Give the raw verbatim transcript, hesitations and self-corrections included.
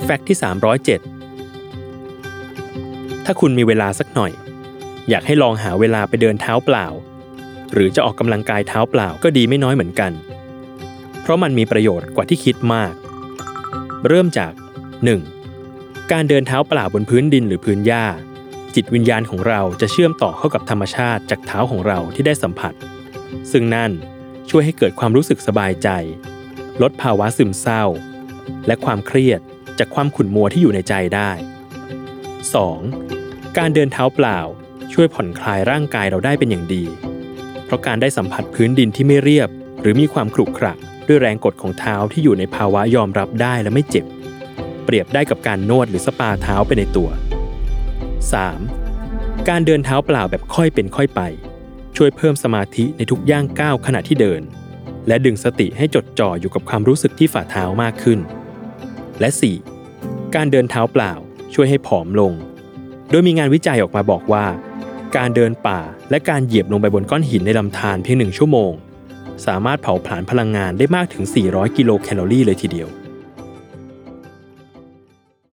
แฟกต์ที่สามร้อยเจ็ดถ้าคุณมีเวลาสักหน่อยอยากให้ลองหาเวลาไปเดินเท้าเปล่าหรือจะออกกำลังกายเท้าเปล่าก็ดีไม่น้อยเหมือนกันเพราะมันมีประโยชน์กว่าที่คิดมากเริ่มจาก หนึ่ง. การเดินเท้าเปล่าบนพื้นดินหรือพื้นหญ้าจิตวิญญาณของเราจะเชื่อมต่อเข้ากับธรรมชาติจากเท้าของเราที่ได้สัมผัสซึ่งนั่นช่วยให้เกิดความรู้สึกสบายใจลดภาวะซึมเศร้าและความเครียดจากความขุ่นมัวที่อยู่ในใจได้ สอง. การเดินเท้าเปล่าช่วยผ่อนคลายร่างกายเราได้เป็นอย่างดีเพราะการได้สัมผัสพื้นดินที่ไม่เรียบหรือมีความขรุขระด้วยแรงกดของเท้าที่อยู่ในภาวะยอมรับได้และไม่เจ็บเปรียบได้กับการนวดหรือสปาเท้าไปในตัว สาม. การเดินเท้าเปล่าแบบค่อยเป็นค่อยไปช่วยเพิ่มสมาธิในทุกย่างก้าวขณะที่เดินและดึงสติให้จดจ่ออยู่กับความรู้สึกที่ฝ่าเท้ามากขึ้นและ สี่. การเดินเท้าเปล่าช่วยให้ผอมลงโดยมีงานวิจัยออกมาบอกว่าการเดินป่าและการเหยียบลงไปบนก้อนหินในลำธารเพียงหนึ่งชั่วโมงสามารถเผาผลาญพลังงานได้มากถึงสี่ร้อยกิโลแคลอรี่เลยทีเดียว